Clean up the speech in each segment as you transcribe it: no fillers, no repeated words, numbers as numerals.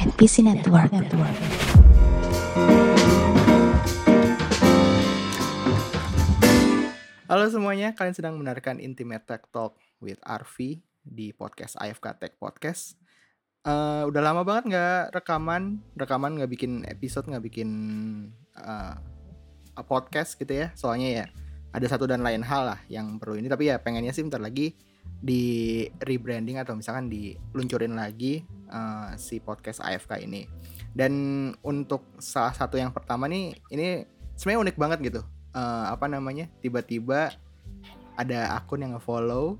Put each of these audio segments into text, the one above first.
NPC Network. Halo semuanya, kalian sedang mendengarkan Intimate Tech Talk with Arfi di podcast AFK Tech Podcast. Udah lama banget nggak rekaman nggak bikin episode, nggak bikin podcast gitu ya. Soalnya ya ada satu dan lain hal lah yang perlu ini. Tapi ya pengennya sih bentar lagi di rebranding atau misalkan diluncurin lagi si podcast AFK ini. Dan untuk salah satu yang pertama nih, ini sebenarnya unik banget gitu. Tiba-tiba ada akun yang nge-follow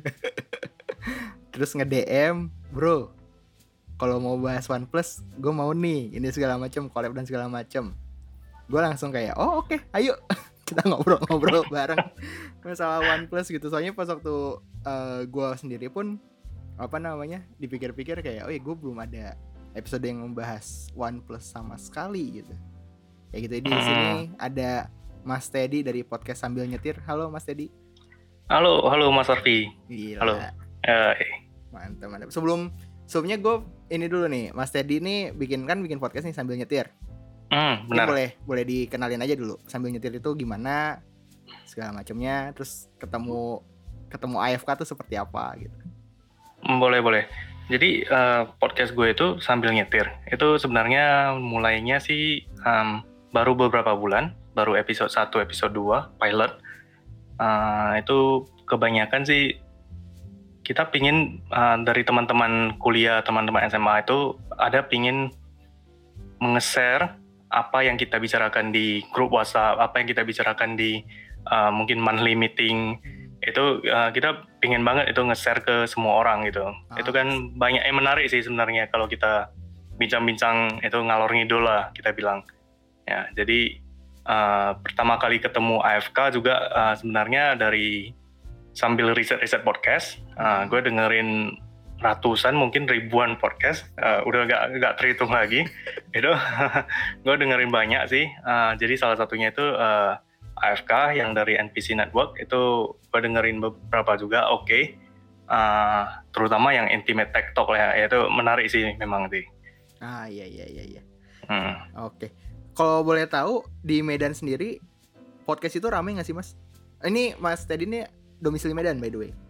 terus nge-DM, bro, kalau mau bahas OnePlus gue mau nih, ini segala macam, collab dan segala macam. Gue langsung kayak oke, ayo kita ngobrol bareng masalah OnePlus gitu. Soalnya pas waktu gue sendiri pun dipikir-pikir kayak gue belum ada episode yang membahas OnePlus sama sekali gitu. Kayak gitu. Di sini ada Mas Teddy dari podcast Sambil Nyetir. Halo Mas Teddy. Halo Mas Arfi. Gila. Halo. Mantap. Sebelumnya gue ini dulu nih, Mas Teddy nih bikin podcast nih Sambil Nyetir. Benar. Boleh dikenalin aja dulu. Sambil Nyetir itu gimana, segala macamnya, terus ketemu AFK tuh seperti apa gitu. Boleh. Jadi podcast gue itu Sambil Nyetir. Itu sebenarnya mulainya sih baru beberapa bulan, baru episode 1, episode 2, pilot. Itu kebanyakan sih kita pingin dari teman-teman kuliah, teman-teman SMA itu ada pingin nge-share apa yang kita bicarakan di grup WhatsApp, apa yang kita bicarakan di mungkin monthly meeting. Itu kita pingin banget itu nge-share ke semua orang gitu. Itu kan banyak yang menarik sih sebenarnya kalau kita bincang-bincang itu ngalor ngidul lah kita bilang. Ya, jadi pertama kali ketemu AFK juga sebenarnya dari sambil riset podcast. Gue dengerin ratusan mungkin ribuan podcast, udah gak terhitung lagi. Itu gue dengerin banyak sih. Jadi salah satunya itu AFK yang dari NPC Network, itu gue dengerin beberapa juga. Terutama yang Intimate Tech Talk ya, itu menarik sih memang sih. Iya. Oke. Kalau boleh tahu di Medan sendiri podcast itu ramai nggak sih Mas? Ini Mas Teddy ini domisili Medan by the way.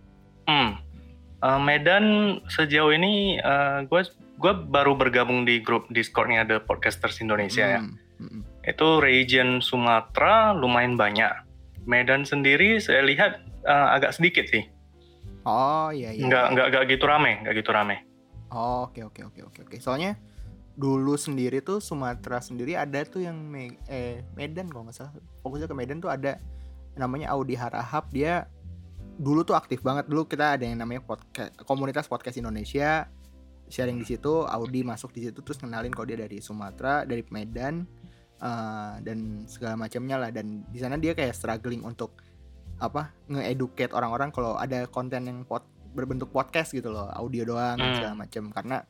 Medan sejauh ini gue baru bergabung di grup Discord-nya The Podcasters Indonesia ya. Itu region Sumatera lumayan banyak. Medan sendiri saya lihat agak sedikit sih. Oh iya. Nggak gitu rame. Oh, oke. Soalnya dulu sendiri tuh Sumatera sendiri ada tuh yang Medan kalau nggak salah, fokusnya ke Medan tuh ada namanya Audi Harahap. Dia dulu tuh aktif banget. Dulu kita ada yang namanya komunitas podcast Indonesia, sharing di situ. Audi masuk di situ terus kenalin kalau dia dari Sumatera, dari Medan, dan segala macamnya lah. Dan di sana dia kayak struggling untuk nge-educate orang-orang kalau ada konten yang berbentuk podcast gitu loh, audio doang segala macam. Karena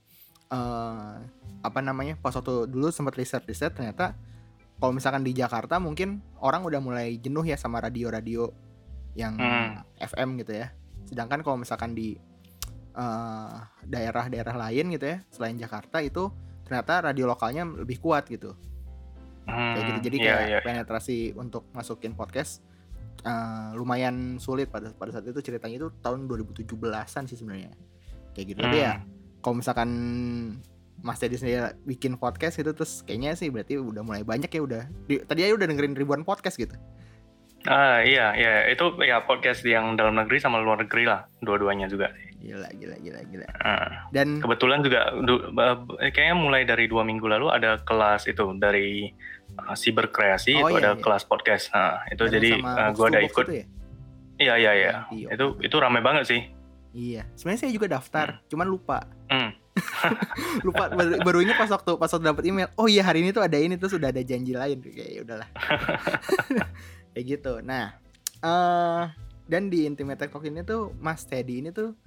pas waktu dulu sempat riset ternyata kalau misalkan di Jakarta mungkin orang udah mulai jenuh ya sama radio-radio yang FM gitu ya. Sedangkan kalau misalkan di daerah-daerah lain gitu ya selain Jakarta itu ternyata radio lokalnya lebih kuat gitu. Kayak gitu. Jadi kayak penetrasi untuk masukin podcast lumayan sulit pada saat itu. Ceritanya itu tahun 2017-an sih sebenarnya. Kayak gitu. Tapi ya kalau misalkan Mas Teddy sendiri bikin podcast gitu, terus kayaknya sih berarti udah mulai banyak ya. Tadi aja udah dengerin ribuan podcast gitu. Iya, itu ya podcast yang dalam negeri sama luar negeri lah, dua-duanya juga. Gila. Dan kebetulan juga kayaknya mulai dari 2 minggu lalu ada kelas itu dari Cyberkreasi, kelas podcast. Itu jadi gue ada ikut. Itu ya? Iya. Itu rame banget sih. Iya, sebenarnya saya juga daftar, cuman lupa. Lupa, baru ingat pas waktu dapat email. Oh iya, hari ini tuh ada ini, tuh sudah ada janji lain. Kayak udahlah. Kayak gitu. Nah, dan di Intimate Tech Talk ini tuh Mas Teddy ini tuh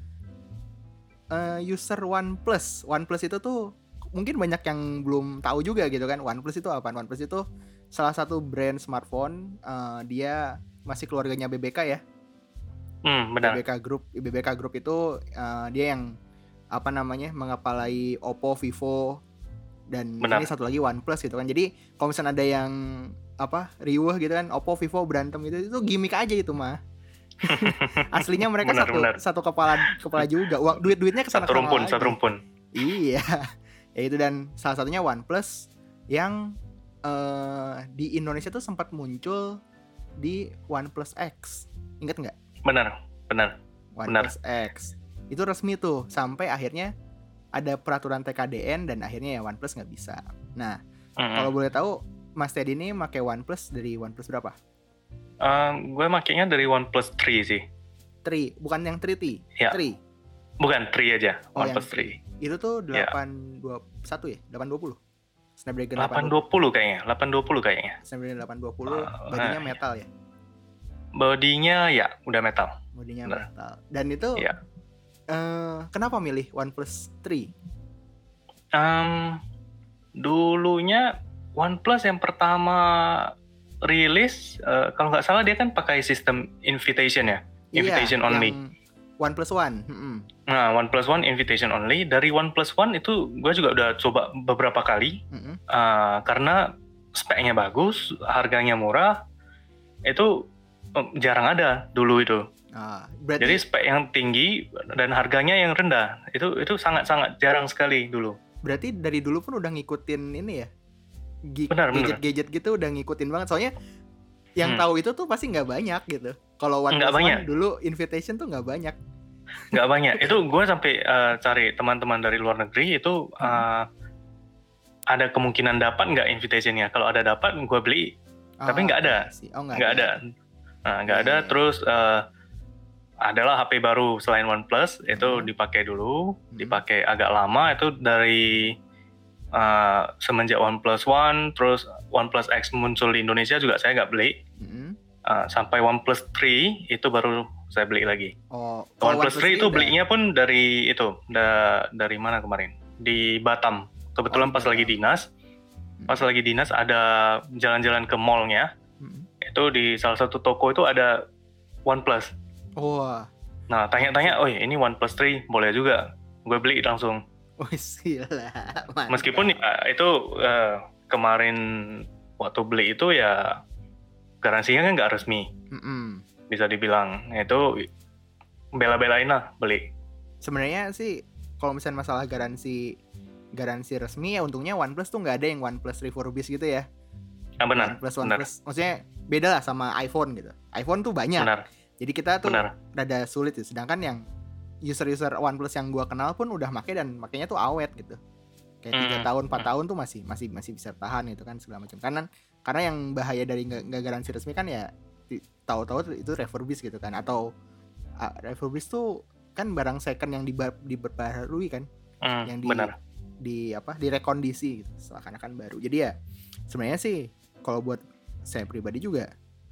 user OnePlus. OnePlus itu tuh mungkin banyak yang belum tahu juga gitu kan. OnePlus itu apa? OnePlus itu salah satu brand smartphone. Dia masih keluarganya BBK ya. Benar. BBK Group itu dia yang mengepalai Oppo, Vivo, Dan Benar. ini satu lagi OnePlus gitu kan. Jadi kalau misalnya ada yang riuh gitu kan, Oppo, Vivo berantem gitu, itu gimmick aja itu mah. Aslinya mereka Benar. satu kepala juga. Duitnya kesana Satu kesana rumpun. lagi. Iya. Ya itu, dan salah satunya OnePlus yang di Indonesia tuh sempat muncul di OnePlus X. Ingat nggak? Benar. OnePlus X. Itu resmi tuh, sampai akhirnya ada peraturan TKDN dan akhirnya ya OnePlus nggak bisa. Nah, kalau boleh tahu Mas Teddy ini pakai OnePlus dari OnePlus berapa? Gue makainya dari OnePlus 3 sih. 3, bukan yang 3T. Ya. 3. Bukan 3 aja, Oh, OnePlus yang 3. Itu tuh 821 ya? 820. Snapdragon 820 kayaknya. Snapdragon 820, bodinya metal ya? Bodinya ya udah metal. Bodinya metal. Dan itu kenapa milih OnePlus 3? Dulunya OnePlus yang pertama rilis, kalau nggak salah dia kan pakai sistem invitation ya, invitation only. OnePlus One. Nah, OnePlus One invitation only. Dari OnePlus One itu gue juga udah coba beberapa kali, karena speknya bagus, harganya murah, itu jarang ada dulu itu. Jadi spek yang tinggi dan harganya yang rendah, itu sangat-sangat jarang sekali dulu. Berarti dari dulu pun udah ngikutin ini ya? Gadget-gadget gitu udah ngikutin banget. Soalnya yang tahu itu tuh pasti nggak banyak gitu. Kalau OnePlus One dulu invitation tuh nggak banyak. Nggak banyak. Itu gue sampai cari teman-teman dari luar negeri itu ada kemungkinan dapat nggak invitationnya. Kalau ada dapat gue beli. Tapi nggak ada. Nggak ada. Nah, nggak ada. Terus adalah HP baru selain OnePlus itu dipakai dulu, dipakai agak lama, itu dari semenjak OnePlus One, terus OnePlus X muncul di Indonesia juga saya nggak beli, sampai OnePlus 3 itu baru saya beli lagi. OnePlus 3 itu belinya pun dari itu, dari mana kemarin? Di Batam. Kebetulan pas lagi dinas ada jalan-jalan ke mallnya, itu di salah satu toko itu ada OnePlus. Nah, tanya-tanya, oh ini OnePlus 3 boleh juga, gue beli langsung. Gila, meskipun ya itu kemarin waktu beli itu ya garansinya kan nggak resmi, bisa dibilang itu bela-belain lah beli. Sebenarnya sih kalau misalnya masalah garansi resmi ya untungnya OnePlus tuh nggak ada yang OnePlus refurbished gitu ya. Benar. OnePlus, maksudnya beda lah sama iPhone gitu. iPhone tuh banyak. Benar. Jadi kita tuh rada sulit ya. Sedangkan yang user OnePlus yang gua kenal pun udah make dan makanya tuh awet gitu. Kayak 3 tahun, 4 tahun tuh masih bisa tahan gitu kan segala macam. Karena yang bahaya dari nggak garansi resmi kan ya tahu-tahu itu refurbished gitu kan, atau refurbished tuh kan barang second yang diperbarui kan, yang direkondisi gitu, seakan-akan baru. Jadi ya sebenarnya sih kalau buat saya pribadi juga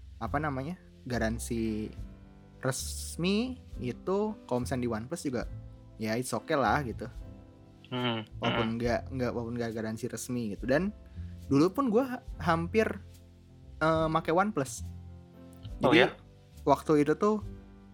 garansi resmi itu kalau misalnya di OnePlus juga ya it's okay lah gitu. Walaupun nggak garansi resmi gitu. Dan dulu pun gue hampir make OnePlus. Jadi waktu itu tuh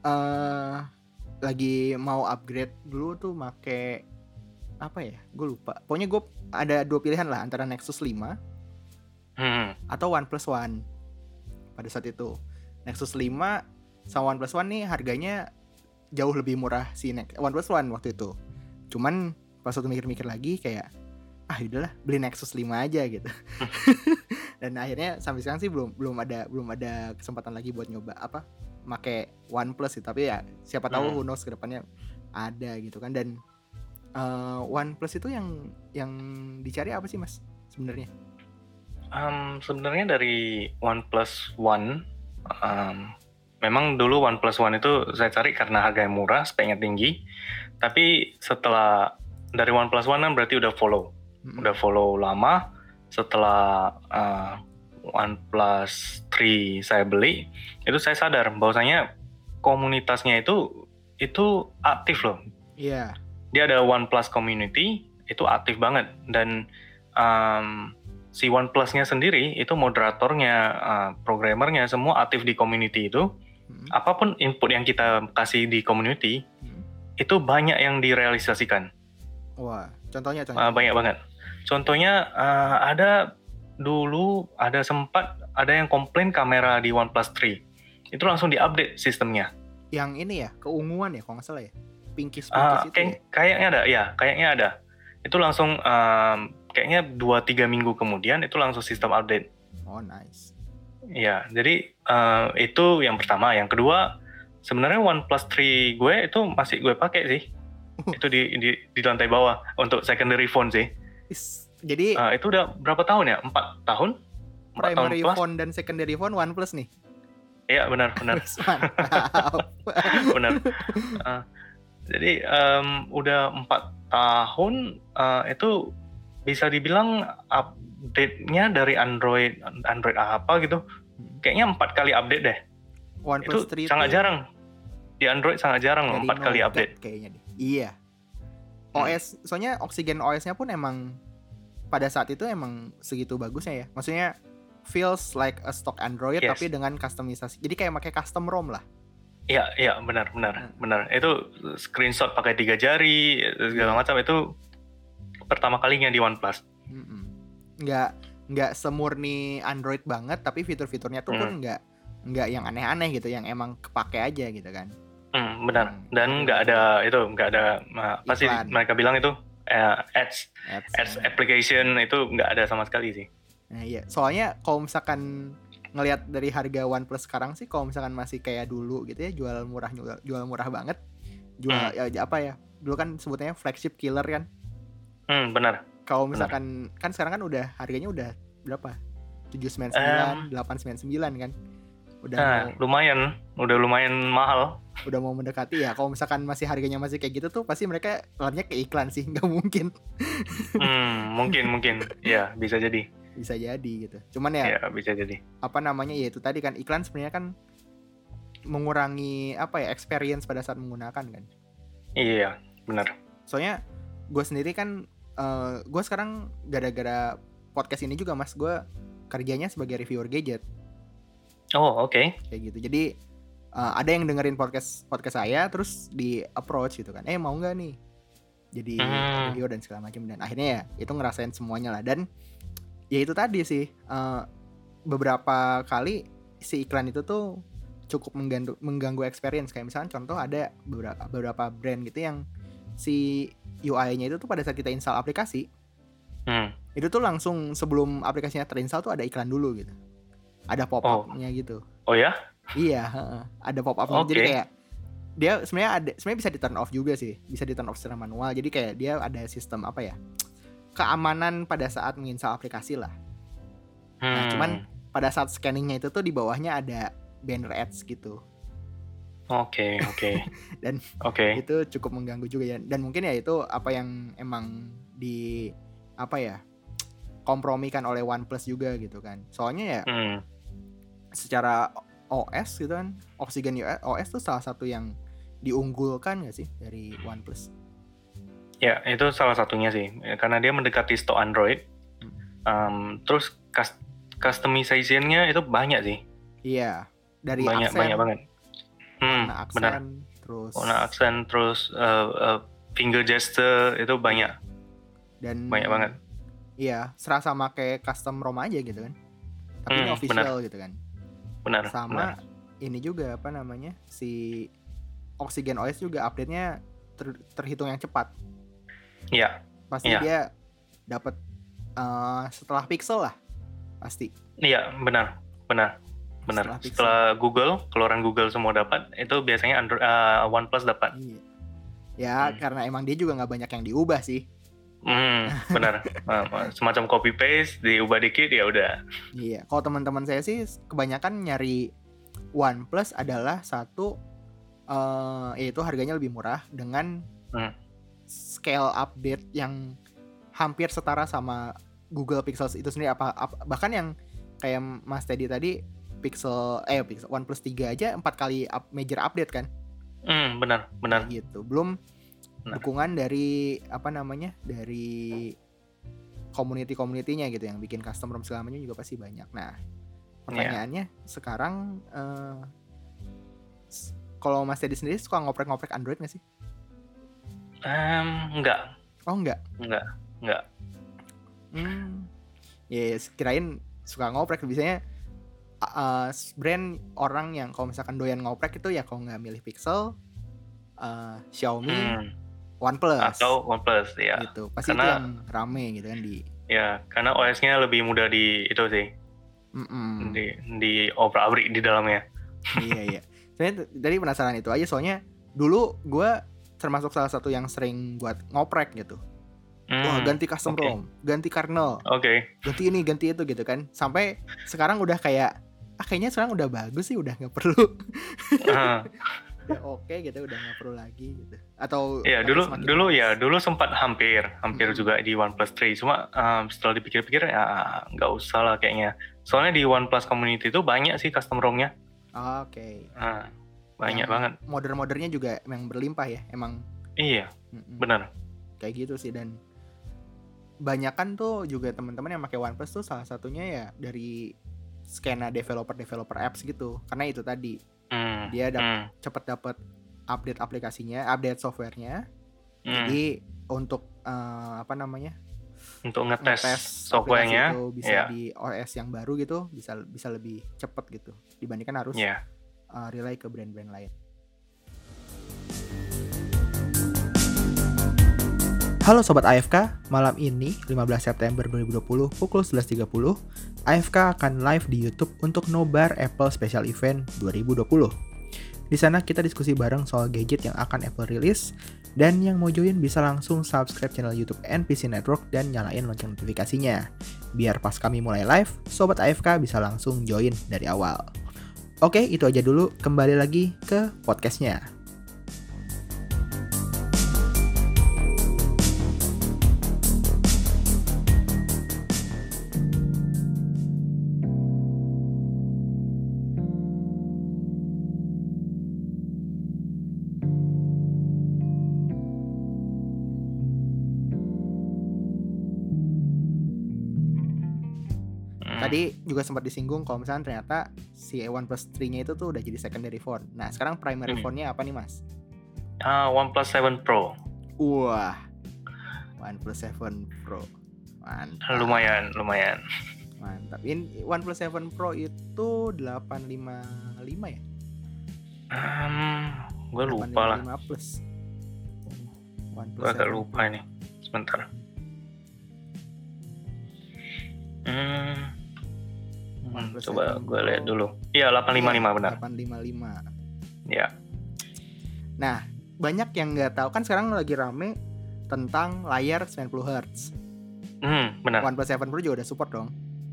lagi mau upgrade dulu tuh make apa ya? Gue lupa. Pokoknya gue ada 2 pilihan lah antara Nexus 5 atau OnePlus One. Pada saat itu Nexus 5 sama OnePlus One nih harganya jauh lebih murah si OnePlus One waktu itu. Cuman pas waktu mikir-mikir lagi kayak udahlah beli Nexus 5 aja gitu. Dan akhirnya sampai sekarang sih belum ada kesempatan lagi buat nyoba make OnePlus gitu. Tapi ya siapa tahu who knows ke depannya ada gitu kan. Dan OnePlus itu yang dicari apa sih Mas sebenarnya? Sebenarnya dari OnePlus One, memang dulu OnePlus One itu saya cari karena harganya murah, speknya tinggi. Tapi setelah dari OnePlus One kan berarti udah follow lama. Setelah OnePlus 3 saya beli, itu saya sadar bahwasanya komunitasnya itu aktif loh. Iya. Dia ada OnePlus community, itu aktif banget. Dan si OnePlus-nya sendiri itu moderatornya, programmernya semua aktif di community itu. Apapun input yang kita kasih di community itu banyak yang direalisasikan. Contohnya. Banyak banget. Contohnya ada sempat ada yang komplain kamera di OnePlus 3. Itu langsung diupdate sistemnya. Yang ini ya, keunguan ya kalau nggak salah ya. Pinkies itu ya. Kayaknya ada. Itu langsung kayaknya 2-3 minggu kemudian itu langsung sistem update. Oh, nice. Ya, jadi itu yang pertama. Yang kedua, sebenarnya OnePlus 3 gue itu masih gue pakai sih. Itu di lantai bawah untuk secondary phone sih. Jadi itu udah berapa tahun ya? 4 tahun? 4 tahun primary plus. phone dan secondary phone OnePlus nih. Iya, benar. Mantap. Benar. Jadi udah 4 tahun itu bisa dibilang update-nya dari Android apa gitu. Kayaknya 4 kali update deh. OnePlus itu 3 sangat jarang. Di Android sangat jarang loh 4 kali update. Kayaknya deh. Iya. OS, soalnya Oxygen OS-nya pun emang pada saat itu emang segitu bagusnya ya. Maksudnya feels like a stock Android tapi dengan customisasi. Jadi kayak pakai custom ROM lah. Iya, benar. Itu screenshot pakai 3 jari segala macam, itu pertama kalinya di OnePlus. Nggak semurni Android banget, tapi fitur-fiturnya tuh pun nggak yang aneh-aneh gitu, yang emang kepake aja gitu kan. Benar. Dan nggak ada pasti mereka bilang itu ads application itu nggak ada sama sekali sih. Nah iya, soalnya kalau misalkan ngelihat dari harga OnePlus sekarang sih, kalau misalkan masih kayak dulu gitu ya, jual murah banget, dulu kan sebutnya flagship killer kan. Benar. Kalau misalkan kan sekarang kan udah harganya udah berapa? 799, 899 kan. Udah lumayan mahal. Udah mau mendekati ya. Kalau misalkan masih harganya masih kayak gitu tuh pasti mereka larinya ke iklan sih, nggak mungkin. Mungkin. Ya, bisa jadi gitu. Cuman ya bisa jadi. Apa namanya, ya itu tadi kan, iklan sebenarnya kan mengurangi experience pada saat menggunakan kan. Iya, benar. Soalnya gue sendiri kan gue sekarang gara-gara podcast ini juga Mas, gue kerjanya sebagai reviewer gadget. Oh, oke. Kayak gitu. Jadi ada yang dengerin podcast saya terus di approach gitu kan. Mau nggak nih jadi reviewer dan segala macam, dan akhirnya ya itu ngerasain semuanya lah. Dan ya itu tadi sih, beberapa kali si iklan itu tuh cukup mengganggu experience. Kayak misalnya contoh ada beberapa brand gitu yang si UI-nya itu tuh pada saat kita install aplikasi, itu tuh langsung sebelum aplikasinya terinstall tuh ada iklan dulu gitu. Ada pop-up-nya gitu. Oh ya? Iya, ada pop-up-nya. Jadi kayak dia sebenarnya bisa di turn off juga sih. Bisa di turn off secara manual. Jadi kayak dia ada sistem keamanan pada saat menginstal aplikasi lah. Nah, cuman pada saat scanningnya itu tuh di bawahnya ada banner ads gitu. Oke. Dan itu cukup mengganggu juga ya. Dan mungkin ya itu apa yang emang kompromikan oleh OnePlus juga gitu kan. Soalnya ya secara OS gitu kan, Oxygen OS tuh salah satu yang diunggulkan gak sih dari OnePlus? Ya, itu salah satunya sih, karena dia mendekati stok Android. Terus customization-nya itu banyak sih. Iya, dari banyak banget. Warna aksen, benar. Warna aksen, terus finger gesture itu banyak. Dan banyak banget. Iya, serasa pakai custom ROM aja gitu kan. Tapi ini official gitu kan. Benar. Sama ini juga si Oxygen OS juga update-nya terhitung yang cepat. Iya. Pasti dia dapat setelah Pixel lah pasti. Iya, benar. Setelah Google, keluaran Google semua dapat, itu biasanya OnePlus dapat. Iya. Ya, karena emang dia juga nggak banyak yang diubah sih. Benar. Semacam copy paste, diubah dikit ya udah. Iya, kalau teman-teman saya sih kebanyakan nyari OnePlus adalah satu, yaitu harganya lebih murah dengan scale update yang hampir setara sama Google Pixel itu sendiri. Bahkan yang kayak Mas Teddy tadi, Pixel OnePlus 3 aja 4 kali major update kan. Benar. Gitu. Belum dukungan dari dari community-nya gitu, yang bikin custom ROM segala macam juga pasti banyak. Nah, pertanyaannya sekarang, kalau Mas Teddy sendiri suka ngoprek-ngoprek Android nggak sih? Enggak. Oh enggak. Enggak. Yes, kirain suka ngoprek. Biasanya brand orang yang kalau misalkan doyan ngoprek itu ya kalau nggak milih Pixel, Xiaomi, OnePlus. Atau OnePlus ya. Gitu. Pasti itu yang rame gitu kan di. Ya, karena OS-nya lebih mudah di itu sih. Di obrak-abrik di dalamnya. Iya. Soalnya tadi penasaran itu aja, soalnya dulu gue termasuk salah satu yang sering buat ngoprek gitu. Wah, ganti custom ROM, ganti kernel, ganti ini, ganti itu gitu kan. Sampai sekarang udah kayak, kayaknya sekarang udah bagus sih, udah nggak perlu. Udah oke gitu, udah nggak perlu lagi gitu. Atau ya dulu sempat hampir juga di OnePlus 3. Cuma setelah dipikir-pikir ya nggak usah lah kayaknya. Soalnya di OnePlus community itu banyak sih custom ROM-nya. Oke. Banyak banget. Modder-moddernya juga emang berlimpah ya, emang. Iya, benar. Kayak gitu sih, dan banyakan tuh juga teman-teman yang pakai OnePlus tuh salah satunya ya dari skena developer apps gitu. Karena itu tadi dia cepet dapet update aplikasinya, update softwarenya. Jadi untuk untuk ngetes softwarenya itu bisa di OS yang baru gitu, bisa lebih cepet gitu dibandingkan harus rely ke brand-brand lain. Halo Sobat AFK, malam ini 15 September 2020 pukul 11.30 AFK akan live di YouTube untuk nobar Apple Special Event 2020. Di sana kita diskusi bareng soal gadget yang akan Apple rilis, dan yang mau join bisa langsung subscribe channel YouTube NPC Network dan nyalain lonceng notifikasinya. Biar pas kami mulai live, Sobat AFK bisa langsung join dari awal. Oke, itu aja dulu, kembali lagi ke podcastnya. Tadi juga sempat disinggung kalau misalnya ternyata si OnePlus 3-nya itu tuh udah jadi secondary phone. Nah, sekarang primary phone-nya apa nih, Mas? OnePlus 7 Pro. Wah, OnePlus 7 Pro. Mantap. Lumayan. Mantap. Ini OnePlus 7 Pro itu 855 ya? Gue lupa lah. 855 Plus. Gue agak lupa ini. Sebentar. Coba gue lihat dulu. Iya, 855 benar. 855. Ya. Nah, banyak yang nggak tahu kan sekarang lagi rame tentang layar 90 Hz. Benar. OnePlus 7 Pro juga udah support dong.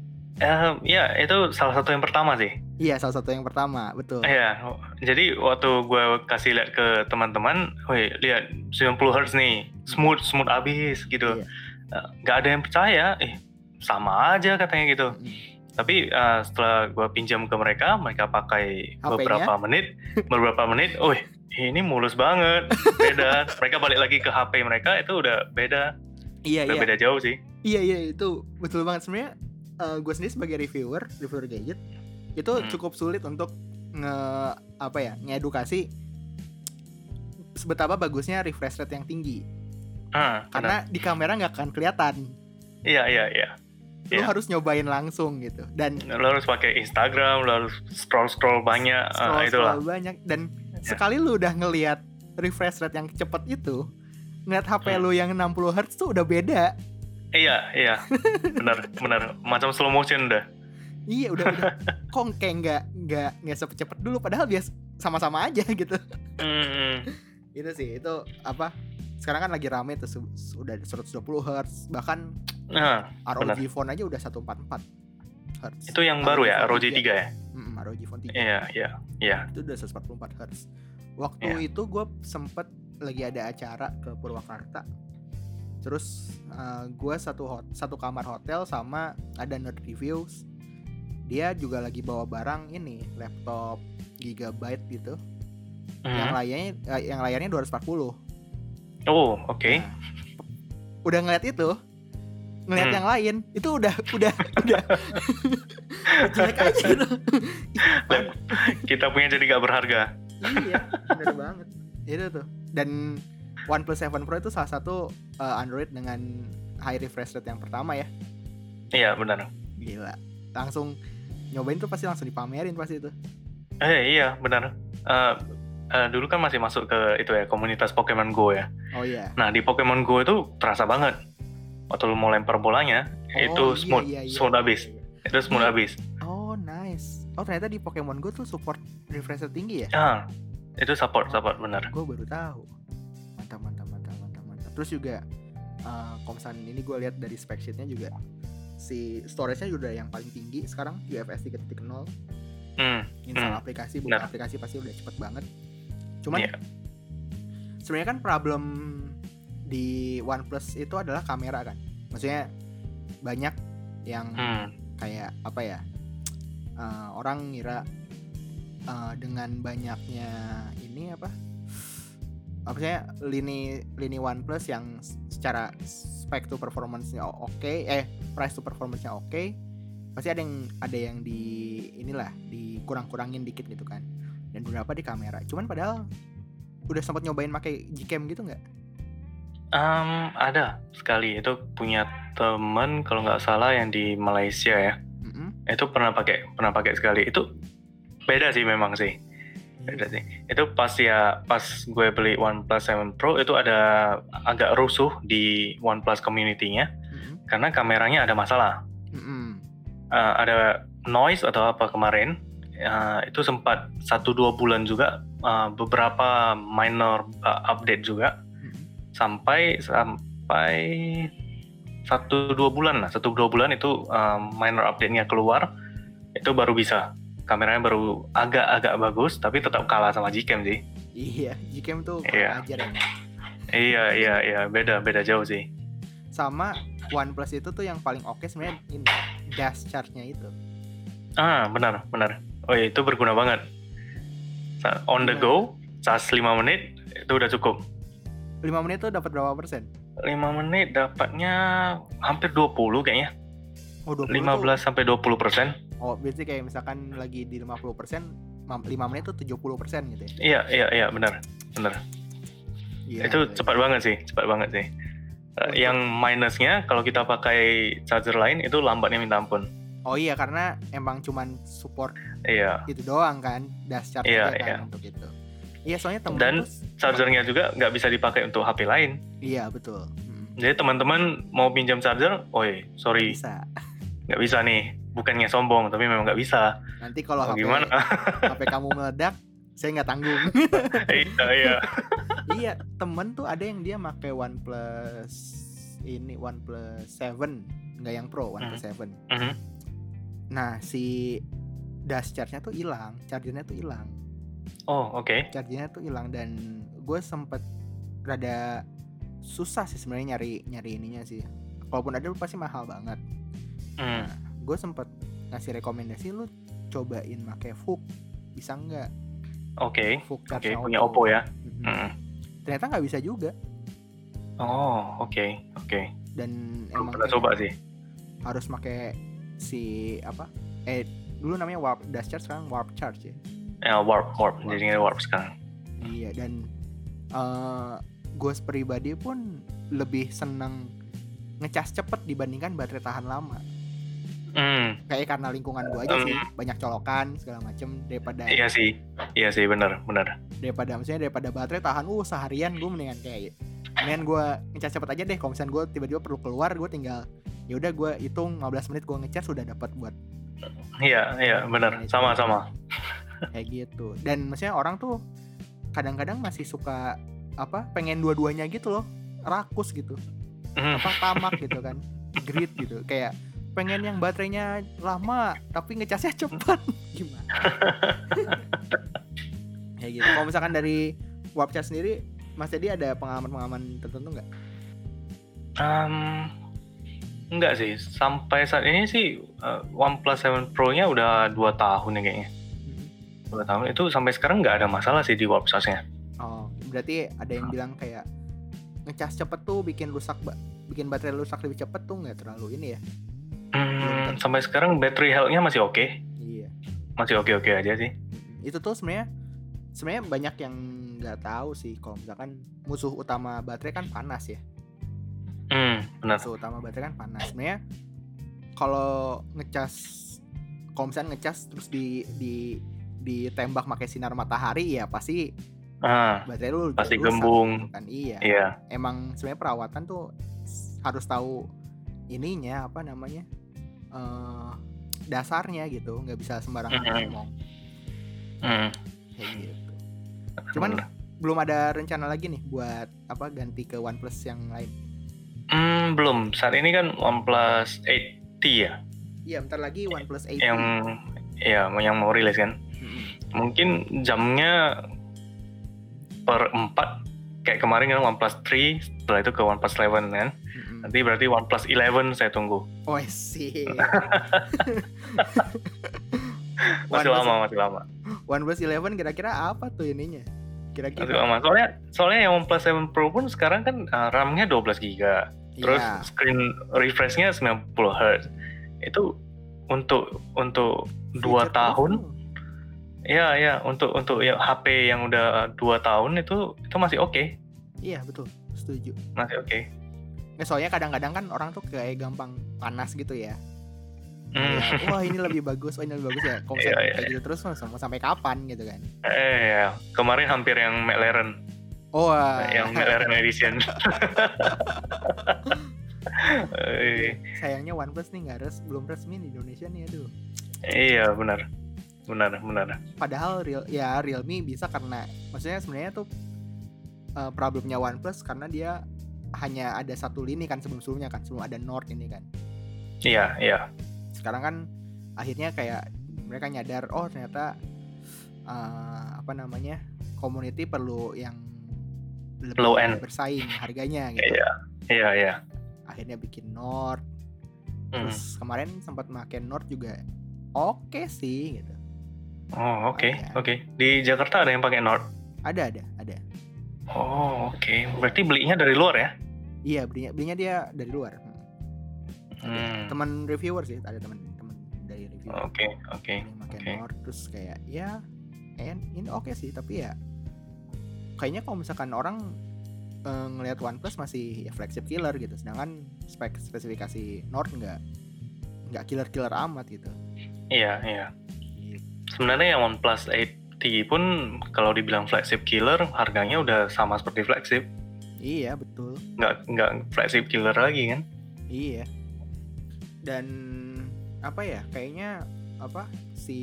Ya, itu salah satu yang pertama sih. Iya, salah satu yang pertama, betul. Iya, jadi waktu gue kasih lihat ke teman-teman, wih, lihat 90 Hz nih, smooth abis gitu. Nggak ada yang percaya, sama aja katanya gitu. Tapi setelah gue pinjam ke mereka pakai beberapa menit, ini mulus banget, beda. Mereka balik lagi ke HP mereka, itu udah beda. Udah beda jauh sih. Iya, itu betul banget. Sebenarnya gue sendiri sebagai reviewer gadget, itu cukup sulit untuk ngedukasi betapa bagusnya refresh rate yang tinggi. Karena di kamera nggak akan kelihatan. Iya. Lu harus nyobain langsung gitu, dan lu harus pakai Instagram, lu harus scroll banyak, itulah. Banyak, dan sekali lu udah ngelihat refresh rate yang cepet itu, ngeliat HP lu yang 60 Hz tuh udah beda. Iya. benar, macam slow motion udah. Iya, udah kok kayak nggak cepet dulu, padahal biasa sama-sama aja gitu. Itu sih, itu sekarang kan lagi rame tuh, udah 120 Hz, bahkan ROG Phone aja udah 144 Hz. Itu yang baru ya, ROG 3 ya? ROG Phone 3. Iya. Itu udah 144 Hz. Waktu itu gue sempet lagi ada acara ke Purwakarta. Terus gue satu kamar hotel sama ada nerd reviews. Dia juga lagi bawa barang ini, laptop gigabyte gitu. Yang layarnya 240. Oh, oke. Nah, udah ngeliat yang lain itu udah jelek aja gitu. Kita punya jadi gak berharga. Iya, bener banget. Itu tuh. Dan OnePlus 7 Pro itu salah satu Android dengan high refresh rate yang pertama ya. Iya benar. Gila. Langsung nyobain tuh pasti langsung dipamerin pasti itu. Iya benar. Dulu kan masih masuk ke itu ya, komunitas Pokemon Go ya. Oh iya. Nah di Pokemon Go itu terasa banget waktu lu mau lempar bolanya itu smooth abis. Itu smooth abis. Oh nice. Oh ternyata di Pokemon Go tuh support refresh rate tinggi ya? Itu support benar. Gue baru tahu. Mantap. Terus juga kalau misalnya ini gue lihat dari spec sheetnya juga si storage-nya juga yang paling tinggi sekarang UFS 3.0. Install aplikasi, buka aplikasi pasti udah cepet banget. Cuman sebenarnya kan problem di OnePlus itu adalah kamera kan. Maksudnya banyak yang kayak apa ya? Orang ngira dengan banyaknya ini apa saya lini OnePlus yang secara spek to performance-nya price to performance-nya oke, pasti ada yang di inilah dikurang-kurangin dikit gitu kan. Dan beberapa di kamera. Cuman padahal udah sempat nyobain pakai Gcam gitu nggak? Ada sekali, itu punya temen kalau nggak salah yang di Malaysia ya. Itu pernah pakai sekali. Itu beda sih memang sih. Beda sih. Itu pas gue beli OnePlus 7 Pro itu ada agak rusuh di OnePlus community-nya karena kameranya ada masalah. Ada noise atau apa kemarin. Itu sempat 1-2 bulan juga, beberapa minor update juga sampai 1-2 bulan itu minor update-nya keluar, itu baru bisa. Kameranya baru agak bagus, tapi tetap kalah sama Gcam sih. Iya, Gcam tuh kurang ajar ya. Iya, beda jauh sih. Sama OnePlus itu tuh yang paling oke sebenarnya ini dash charge-nya itu. Benar. Oh iya, itu berguna banget. On the go, charge 5 menit itu udah cukup. 5 menit tuh dapat berapa persen? 5 menit dapatnya hampir 20 kayaknya. Oh, 20 15-20%. Oh, berarti kayak misalkan lagi di 50%, 5 menit tuh 70% gitu ya? Iya, benar. Iya, itu cepat banget sih. Yang minusnya kalau kita pakai charger lain itu lambatnya minta ampun. Oh iya, karena emang cuman support itu doang kan, dash charge kan untuk itu. Iya, soalnya temen dan chargernya juga nggak bisa dipakai untuk HP lain. Iya, betul. Jadi teman-teman mau pinjam charger, sorry. Nggak bisa nih, bukannya sombong, tapi memang nggak bisa. Nanti kalau HP kamu meledak, saya nggak tanggung. Iya. Iya, temen tuh ada yang dia pakai OnePlus 7, nggak yang Pro, OnePlus 7. Nah, si dash charge-nya tuh hilang, chargernya tuh hilang. Oh, oke. Chargernya tuh hilang dan gue sempet rada susah sih sebenarnya nyari ininya sih. Kalaupun ada pasti mahal banget. Nah, gue sempet ngasih rekomendasi lu cobain pakai VOOC, bisa nggak? Oke. Oke, punya Oppo ya. Ternyata nggak bisa juga. Oh, oke. Dan emang pernah coba sih. Harus pakai si apa? Dulu namanya warp dash charge, sekarang warp charge ya. Warp. Jadinya warp sekarang. Iya, dan gue pribadi pun lebih seneng ngecas cepet dibandingkan baterai tahan lama. Kayak karena lingkungan gue aja sih, banyak colokan segala macem daripada. Iya sih, benar. Daripada baterai tahan seharian, gue mendingan gue ngecas cepet aja deh. Kalau misalnya gue tiba-tiba perlu keluar, gue tinggal ya udah gue hitung 15 menit gue ngecas sudah dapat buat. Iya, benar. Sama. Kayak gitu. Dan maksudnya orang tuh kadang-kadang masih suka pengen dua-duanya gitu loh, rakus gitu, tamak gitu kan, grit gitu, kayak pengen yang baterainya lama tapi ngecasnya cepat. Gimana? Kayak gitu. Kalau misalkan dari Warp Charge sendiri, Mas Dedi ada pengalaman tertentu nggak? Enggak sih, sampai saat ini sih OnePlus 7 Pro-nya udah 2 tahun ya kayaknya. 2 tahun itu sampai sekarang nggak ada masalah sih di Warp Charge-nya. Oh, berarti ada yang bilang kayak ngecas cepet tuh bikin baterai rusak lebih cepet tuh nggak terlalu ini ya? Sampai sekarang battery health-nya masih oke. Iya. Masih oke aja sih. Itu tuh sebenarnya sebenarnya banyak yang nggak tahu sih kalau misalkan musuh utama baterai kan panas ya. Benar. Musuh utama baterai kan panas. Sebenarnya kalau misalnya ngecas terus ditembak pakai sinar matahari ya pasti baterai lu Pasti rusak, gembung. gitu kan. Iya. Iya. Emang sebenarnya perawatan tuh harus tahu ininya apa namanya dasarnya gitu, nggak bisa sembarangan ngomong. Kayak gitu. Cuman belum ada rencana lagi nih buat apa ganti ke OnePlus yang lain. Belum. Saat ini kan OnePlus 8T ya. Iya, bentar lagi OnePlus 8T. Yang mau rilis kan. Mungkin jamnya per 4 kayak kemarin kan OnePlus 3, setelah itu ke OnePlus 11 kan. Nanti berarti OnePlus 11 saya tunggu. Oh sih. masih lama. OnePlus 11 kira-kira apa tuh ininya? Kira-kira masih lama. Soalnya yang OnePlus 7 Pro pun sekarang kan RAM-nya 12 GB. Terus screen refresh-nya 90 Hz. Itu untuk 2 tahun. Iya, untuk ya HP yang udah 2 tahun itu masih oke. Iya, betul. Setuju. Masih oke. Soalnya kadang-kadang kan orang tuh kayak gampang panas gitu ya. Wah, ini lebih bagus ya. Kalau kayak gitu terus mau sampai kapan gitu kan. Kemarin hampir yang McLaren. Yang McLaren Edition. Sayangnya OnePlus nih belum resmi di Indonesia nih, aduh. Iya, benar. Padahal Realme bisa karena maksudnya sebenarnya tuh problemnya OnePlus karena dia hanya ada satu lini kan sebelum-sebelumnya kan, sebelum ada Nord ini kan. Iya. Sekarang kan akhirnya kayak mereka nyadar ternyata community perlu yang lebih low end bersaing harganya gitu. Iya. Akhirnya bikin Nord. Terus kemarin sempat pakai Nord juga oke sih gitu. Oh, oke. Di Jakarta ada yang pakai Nord? Ada. Oh, oke. Berarti belinya dari luar ya? Iya, belinya dia dari luar. Teman reviewer sih, ada teman dari reviewer. Oke. Pakai Nord terus kayak ini oke sih, tapi ya kayaknya kalau misalkan orang ngelihat OnePlus masih flagship killer gitu, sedangkan spesifikasi Nord nggak killer amat gitu. Iya. Sebenarnya yang OnePlus 8T pun kalau dibilang flagship killer, harganya udah sama seperti flagship. Iya, betul. Nggak flagship killer lagi kan? Iya. Dan kayaknya si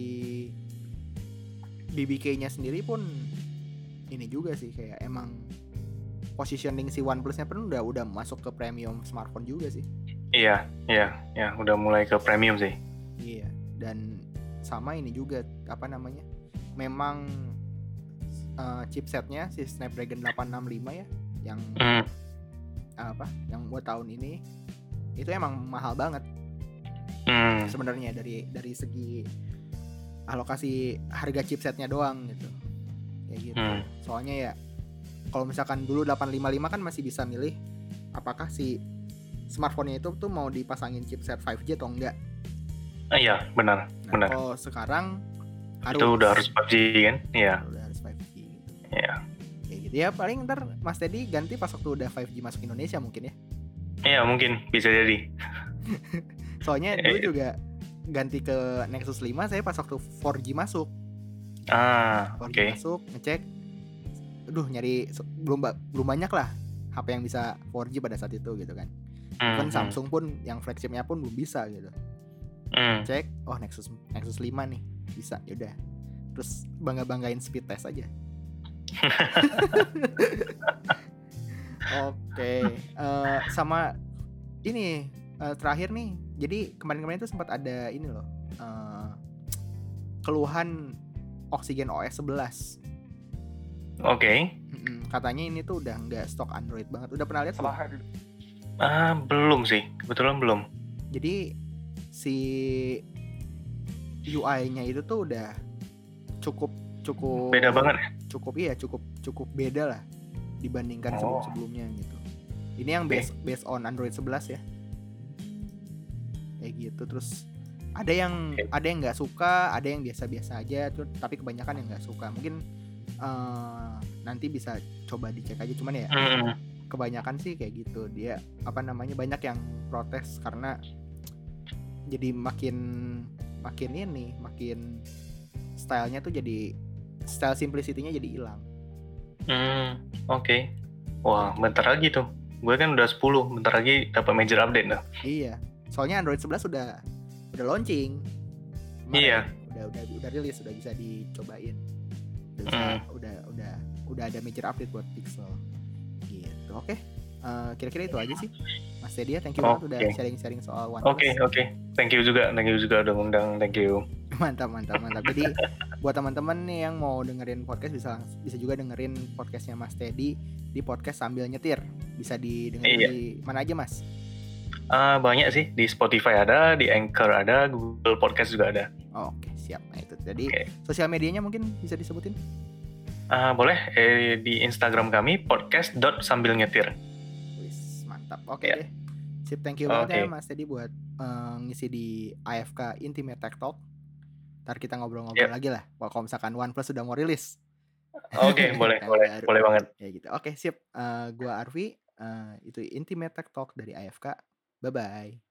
BBK-nya sendiri pun ini juga sih, kayak emang positioning si OnePlus-nya pun udah masuk ke premium smartphone juga sih. Iya, udah mulai ke premium sih. Iya, dan sama ini juga memang chipsetnya si Snapdragon 865 ya, yang yang buat tahun ini itu emang mahal banget. Sebenarnya dari segi alokasi harga chipsetnya doang gitu. Kayak gitu. Soalnya ya kalau misalkan dulu 855 kan masih bisa milih apakah si smartphone-nya itu tuh mau dipasangin chipset 5G atau enggak. Iya, benar. Kalau sekarang itu udah harus 5G kan? Iya. Udah harus 5G gitu. Iya. Kayak gitu ya, paling ntar Mas Teddy ganti pas waktu udah 5G masuk Indonesia mungkin ya. Iya, mungkin bisa jadi. Soalnya dulu juga ganti ke Nexus 5 saya pas waktu 4G masuk. 4G masuk, ngecek. Nyari belum banyak lah HP yang bisa 4G pada saat itu gitu kan. Kan Samsung pun yang flagshipnya pun belum bisa gitu. Cek, Nexus 5 nih bisa, yaudah. Terus banggain speed test aja. Oke. Sama ini terakhir nih. Jadi kemarin itu sempat ada ini loh, keluhan Oxygen OS 11. Oke. Katanya ini tuh udah nggak stok Android banget. Udah pernah lihat belum? Belum sih, kebetulan belum. Jadi si UI-nya itu tuh udah cukup beda banget ya? Cukup beda lah dibandingkan sebelum-sebelumnya gitu. Ini yang based on Android 11 ya. Kayak gitu. Terus ada yang nggak suka, ada yang biasa-biasa aja, tapi kebanyakan yang nggak suka. Mungkin nanti bisa coba dicek aja, cuman ya Mhm. kebanyakan sih kayak gitu. Dia apa namanya, banyak yang protes karena jadi makin makin ini, makin stylenya tuh jadi style simplicity-nya jadi hilang. Oke. Wah, Kayak gitu. bentar lagi tuh. Gue kan udah 10, bentar lagi dapat major update dah. Iya. Soalnya Android 11 udah launching Iya. kemarin. Udah rilis, udah bisa dicobain. Udah bisa Hmm. udah ada major update buat Pixel. Gitu. Oke. Kira-kira itu aja sih. Mas Tedia, thank you banget udah Oke. sharing-sharing soal Oke, OnePlus. oke. Thank you juga udah ngundang. Thank you. Mantap. Jadi buat teman-teman nih yang mau dengerin podcast bisa juga dengerin podcastnya Mas Teddy di podcast sambil nyetir. Bisa didengerin Iya. di mana aja, Mas? Banyak sih, di Spotify ada, di Anchor ada, Google Podcast juga ada. Oke, siap. Nah itu. Jadi Oke. sosial medianya mungkin bisa disebutin? Boleh di Instagram kami podcast.sambilnyetir. Wis, mantap. Oke Ya. deh. Sip, thank you banget ya Oke. Mas Teddy buat ngisi di AFK Intimate Tech Talk. Ntar kita ngobrol-ngobrol Yep. lagi lah. Kalau misalkan OnePlus sudah mau rilis. Oke, boleh Yang baru. banget. Ya gitu. Oke, sip. Gua Arfi. Itu Intimate Tech Talk dari AFK. Bye-bye.